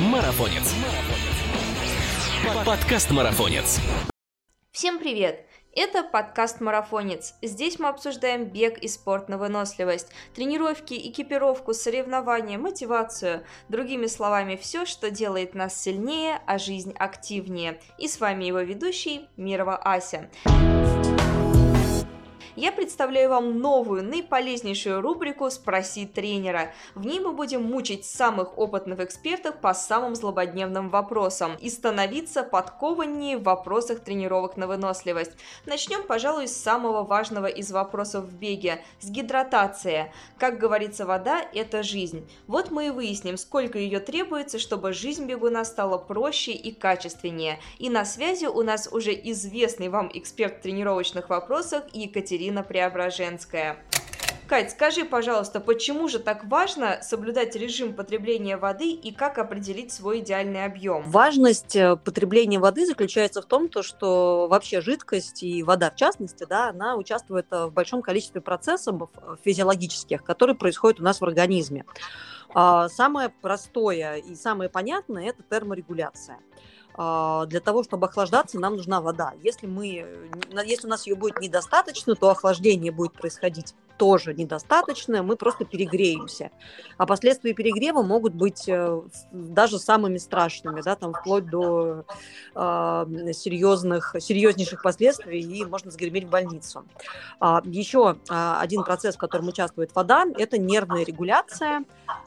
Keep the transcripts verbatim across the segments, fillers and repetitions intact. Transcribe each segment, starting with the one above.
Марафонец. Подкаст «Марафонец». Всем привет! Это подкаст «Марафонец». Здесь мы обсуждаем бег и спорт на выносливость, тренировки, экипировку, соревнования, мотивацию. Другими словами, все, что делает нас сильнее, а жизнь активнее. И с вами его ведущий Мирова Ася. Я представляю вам новую, наиполезнейшую рубрику «Спроси тренера». В ней мы будем мучить самых опытных экспертов по самым злободневным вопросам и становиться подкованнее в вопросах тренировок на выносливость. Начнем, пожалуй, с самого важного из вопросов в беге – с гидратации. Как говорится, вода – это жизнь. Вот мы и выясним, сколько ее требуется, чтобы жизнь бегуна стала проще и качественнее. И на связи у нас уже известный вам эксперт в тренировочных вопросах Екатерина Преображенская. Кать, скажи, пожалуйста, почему же так важно соблюдать режим потребления воды и как определить свой идеальный объем? Важность потребления воды заключается в том, что вообще жидкость и вода в частности, да, она участвует в большом количестве процессов физиологических, которые происходят у нас в организме. Самое простое и самое понятное – это терморегуляция. Для того, чтобы охлаждаться, нам нужна вода. Если, мы, если у нас ее будет недостаточно, то охлаждение будет происходить тоже недостаточно, мы просто перегреемся. А последствия перегрева могут быть даже самыми страшными, да, там, вплоть до э, серьезных, серьезнейших последствий, и можно загреметь в больницу. А, еще а, один процесс, в котором участвует вода, это нервная регуляция,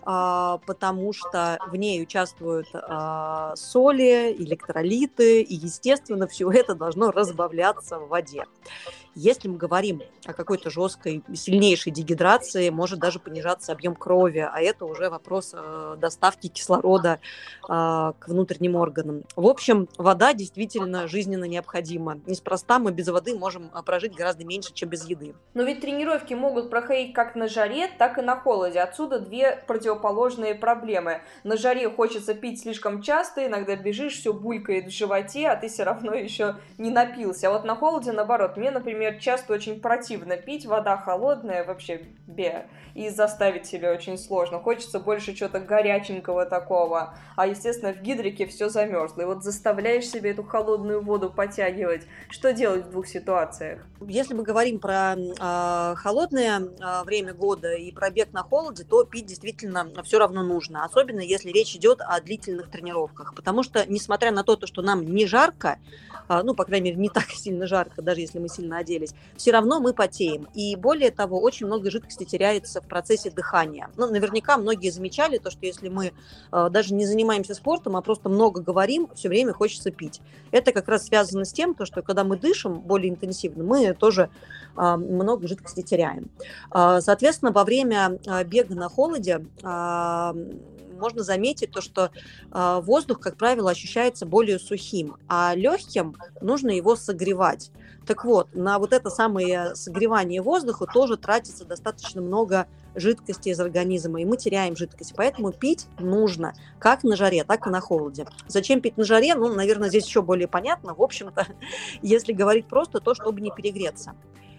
а, потому что в ней участвуют а, соли, электролиты, и, естественно, все это должно разбавляться в воде. Если мы говорим о какой-то жесткой, сильнейшей дегидрации, может даже понижаться объем крови, а это уже вопрос э, доставки кислорода э, к внутренним органам. В общем, вода действительно жизненно необходима. Неспроста мы без воды можем прожить гораздо меньше, чем без еды. Но ведь тренировки могут проходить как на жаре, так и на холоде. Отсюда две противоположные проблемы. На жаре хочется пить слишком часто, иногда бежишь, все булькает в животе, а ты все равно еще не напился. А вот на холоде, наоборот, мне, например, часто очень противно пить, вода холодная, вообще бе, и заставить себя очень сложно. Хочется больше чего-то горяченького такого, а, естественно, в гидрике все замерзло. И вот заставляешь себе эту холодную воду подтягивать. Что делать в двух ситуациях? Если мы говорим про э, холодное э, время года и про бег на холоде, то пить действительно все равно нужно, особенно если речь идет о длительных тренировках, потому что, несмотря на то, что нам не жарко, э, ну, по крайней мере, не так сильно жарко, даже если мы сильно оделись, все равно мы потеем. И более того, очень много жидкости теряется в процессе дыхания. Ну, наверняка многие замечали то, что если мы э, даже не занимаемся спортом, а просто много говорим, все время хочется пить. Это как раз связано с тем, то, что когда мы дышим более интенсивно, мы тоже э, много жидкости теряем. Э, соответственно, во время э, бега на холоде э, можно заметить то, что э, воздух, как правило, ощущается более сухим, а легким нужно его согревать. Так вот, на вот это самое согревание воздуха тоже тратится достаточно много жидкости из организма, и мы теряем жидкость. Поэтому пить нужно как на жаре, так и на холоде. Зачем пить на жаре? Ну, наверное, здесь еще более понятно. В общем-то, если говорить просто, то чтобы не перегреться.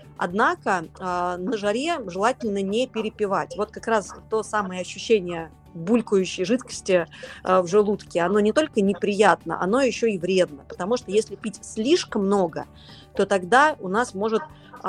Однако на жаре желательно не перепивать. Вот как раз то самое ощущение булькающей жидкости в желудке, оно не только неприятно, оно еще и вредно. Потому что если пить слишком много, то тогда у нас может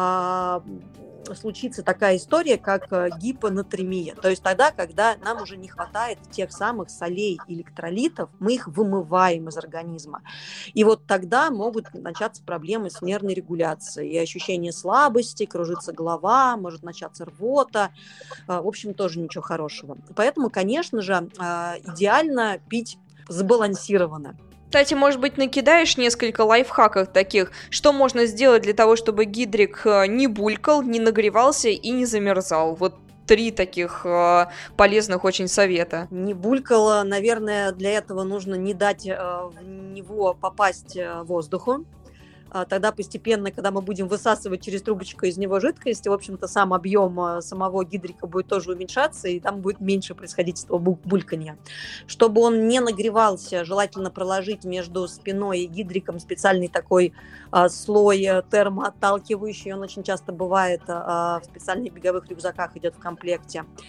а, случиться такая история, как гипонатремия. То есть тогда, когда нам уже не хватает тех самых солей и электролитов, мы их вымываем из организма. И вот тогда могут начаться проблемы с нервной регуляцией. И ощущение слабости, кружится голова, может начаться рвота. В общем, тоже ничего хорошего. Поэтому, конечно же, идеально пить сбалансированно. Кстати, может быть, накидаешь несколько лайфхаков таких, что можно сделать для того, чтобы гидрик не булькал, не нагревался и не замерзал? Вот три таких э, полезных очень совета. Не булькало, наверное, для этого нужно не дать э, в него попасть э, воздуху. Тогда постепенно, когда мы будем высасывать через трубочку из него жидкость, в общем-то, сам объем самого гидрика будет тоже уменьшаться, и там будет меньше происходить этого бульканья. Чтобы он не нагревался, желательно проложить между спиной и гидриком специальный такой а, слой термоотталкивающий. Он очень часто бывает а, в специальных беговых рюкзаках, идет в комплекте.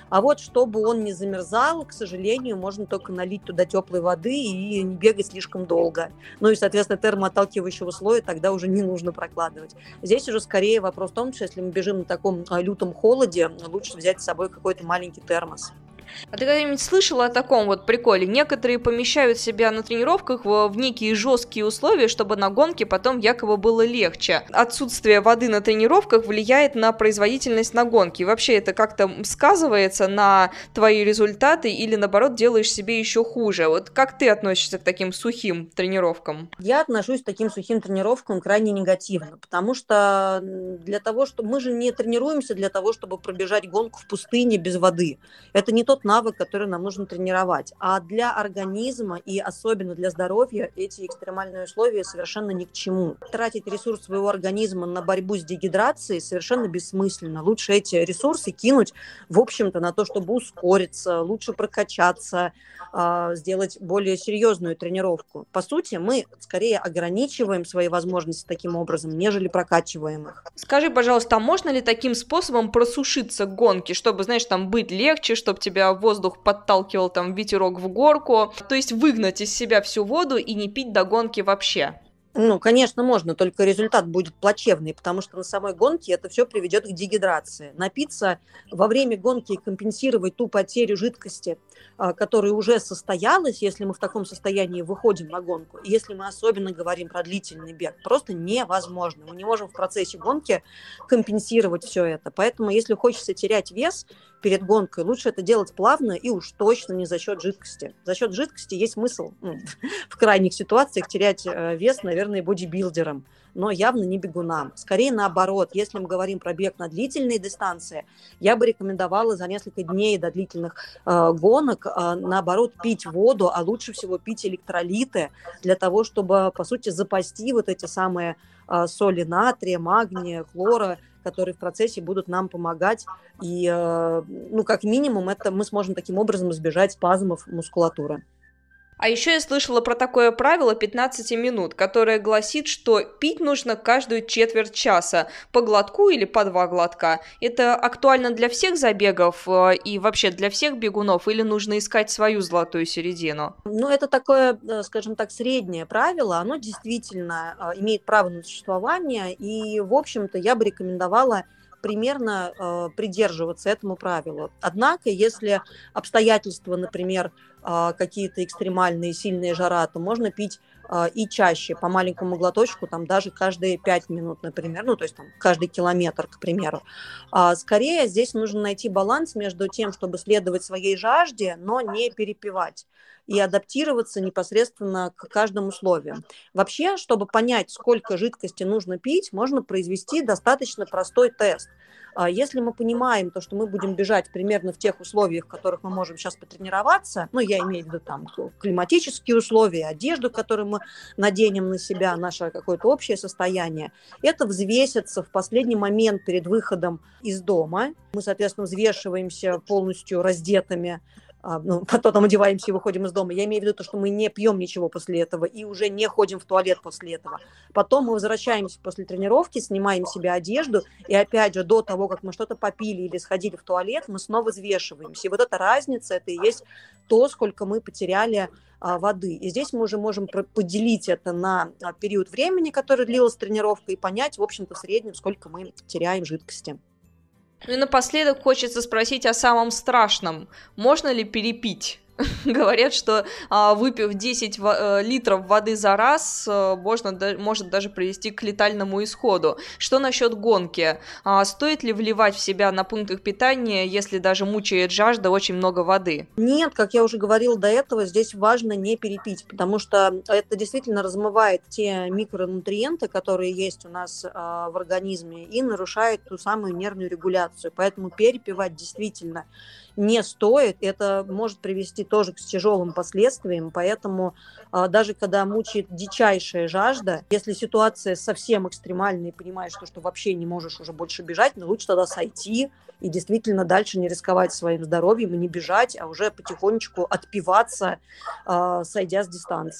А вот чтобы он не замерзал, к сожалению, можно только налить туда теплой воды и не бегать слишком долго. Ну и, соответственно, термоотталкивающего слоя тогда уже не нужно прокладывать. Здесь уже скорее вопрос в том, что если мы бежим на таком лютом холоде, лучше взять с собой какой-то маленький термос. А ты когда-нибудь слышала о таком вот приколе? Некоторые помещают себя на тренировках в, в некие жесткие условия, чтобы на гонке потом якобы было легче. Отсутствие воды на тренировках влияет на производительность на гонке. И вообще это как-то сказывается на твои результаты или, наоборот, делаешь себе еще хуже? Вот как ты относишься к таким сухим тренировкам? Я отношусь к таким сухим тренировкам крайне негативно, потому что для того, что мы же не тренируемся для того, чтобы пробежать гонку в пустыне без воды. Это не тот навык, который нам нужно тренировать. А для организма и особенно для здоровья эти экстремальные условия совершенно ни к чему. Тратить ресурс своего организма на борьбу с дегидрацией совершенно бессмысленно. Лучше эти ресурсы кинуть, в общем-то, на то, чтобы ускориться, лучше прокачаться, сделать более серьезную тренировку. По сути, мы скорее ограничиваем свои возможности таким образом, нежели прокачиваем их. Скажи, пожалуйста, а можно ли таким способом просушиться к гонке, чтобы, знаешь, там быть легче, чтобы тебя воздух подталкивал там ветерок в горку, то есть выгнать из себя всю воду и не пить до гонки вообще? Ну, конечно, можно, только результат будет плачевный, потому что на самой гонке это все приведет к дегидрации. Напиться во время гонки и компенсировать ту потерю жидкости, которая уже состоялась, если мы в таком состоянии выходим на гонку, и если мы особенно говорим про длительный бег, просто невозможно. Мы не можем в процессе гонки компенсировать все это. Поэтому, если хочется терять вес перед гонкой, лучше это делать плавно и уж точно не за счет жидкости. За счет жидкости есть смысл в крайних ситуациях терять вес, наверное, бодибилдерам, но явно не бегунам. Скорее наоборот, если мы говорим про бег на длительные дистанции, я бы рекомендовала за несколько дней до длительных э, гонок, э, наоборот, пить воду, а лучше всего пить электролиты для того, чтобы, по сути, запасти вот эти самые э, соли натрия, магния, хлора, которые в процессе будут нам помогать. И, э, ну, как минимум, это мы сможем таким образом избежать спазмов мускулатуры. А еще я слышала про такое правило пятнадцать минут, которое гласит, что пить нужно каждую четверть часа, по глотку или по два глотка. Это актуально для всех забегов и вообще для всех бегунов, или нужно искать свою золотую середину? Ну, это такое, скажем так, среднее правило, оно действительно имеет право на существование, и, в общем-то, я бы рекомендовала примерно э, придерживаться этому правилу. Однако, если обстоятельства, например, э, какие-то экстремальные, сильные жара, то можно пить э, и чаще, по маленькому глоточку, там даже каждые пять минут, например, ну, то есть там каждый километр, к примеру. А скорее здесь нужно найти баланс между тем, чтобы следовать своей жажде, но не перепивать, и адаптироваться непосредственно к каждым условиям. Вообще, чтобы понять, сколько жидкости нужно пить, можно произвести достаточно простой тест. Если мы понимаем, то, что мы будем бежать примерно в тех условиях, в которых мы можем сейчас потренироваться, ну, я имею в виду там климатические условия, одежду, которую мы наденем на себя, наше какое-то общее состояние, это взвесится в последний момент перед выходом из дома. Мы, соответственно, взвешиваемся полностью раздетыми, ну, потом одеваемся и выходим из дома. Я имею в виду то, что мы не пьем ничего после этого и уже не ходим в туалет после этого. Потом мы возвращаемся после тренировки, снимаем себе одежду, и опять же, до того, как мы что-то попили или сходили в туалет, мы снова взвешиваемся. И вот эта разница, это и есть то, сколько мы потеряли а, воды. И здесь мы уже можем поделить это на период времени, который длилась тренировка, и понять, в общем-то, в среднем, сколько мы теряем жидкости. Ну и напоследок хочется спросить о самом страшном. Можно ли перепить? Говорят, что а, выпив десять в, литров воды за раз, а, можно, да, может даже привести к летальному исходу. Что насчет гонки? А, стоит ли вливать в себя на пунктах питания, если даже мучает жажда, очень много воды? Нет, как я уже говорила до этого, здесь важно не перепить, потому что это действительно размывает те микронутриенты, которые есть у нас а, в организме, и нарушает ту самую нервную регуляцию. Поэтому перепивать действительно не стоит. Это может привести тоже к тяжелым последствиям, поэтому а, даже когда мучает дичайшая жажда, если ситуация совсем экстремальная и понимаешь, что, что вообще не можешь уже больше бежать, ну лучше тогда сойти и действительно дальше не рисковать своим здоровьем и не бежать, а уже потихонечку отпиваться, а, сойдя с дистанции.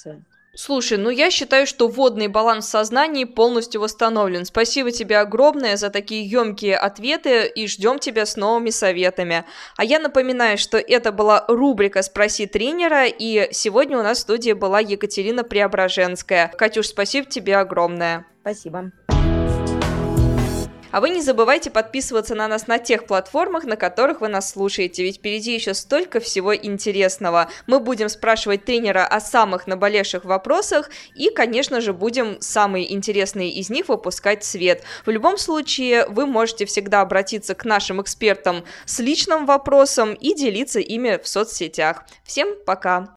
Слушай, ну я считаю, что водный баланс в сознании полностью восстановлен. Спасибо тебе огромное за такие емкие ответы и ждем тебя с новыми советами. А я напоминаю, что это была рубрика «Спроси тренера», и сегодня у нас в студии была Екатерина Преображенская. Катюш, спасибо тебе огромное. Спасибо. А вы не забывайте подписываться на нас на тех платформах, на которых вы нас слушаете, ведь впереди еще столько всего интересного. Мы будем спрашивать тренера о самых наболевших вопросах и, конечно же, будем самые интересные из них выпускать в свет. В любом случае, вы можете всегда обратиться к нашим экспертам с личным вопросом и делиться ими в соцсетях. Всем пока!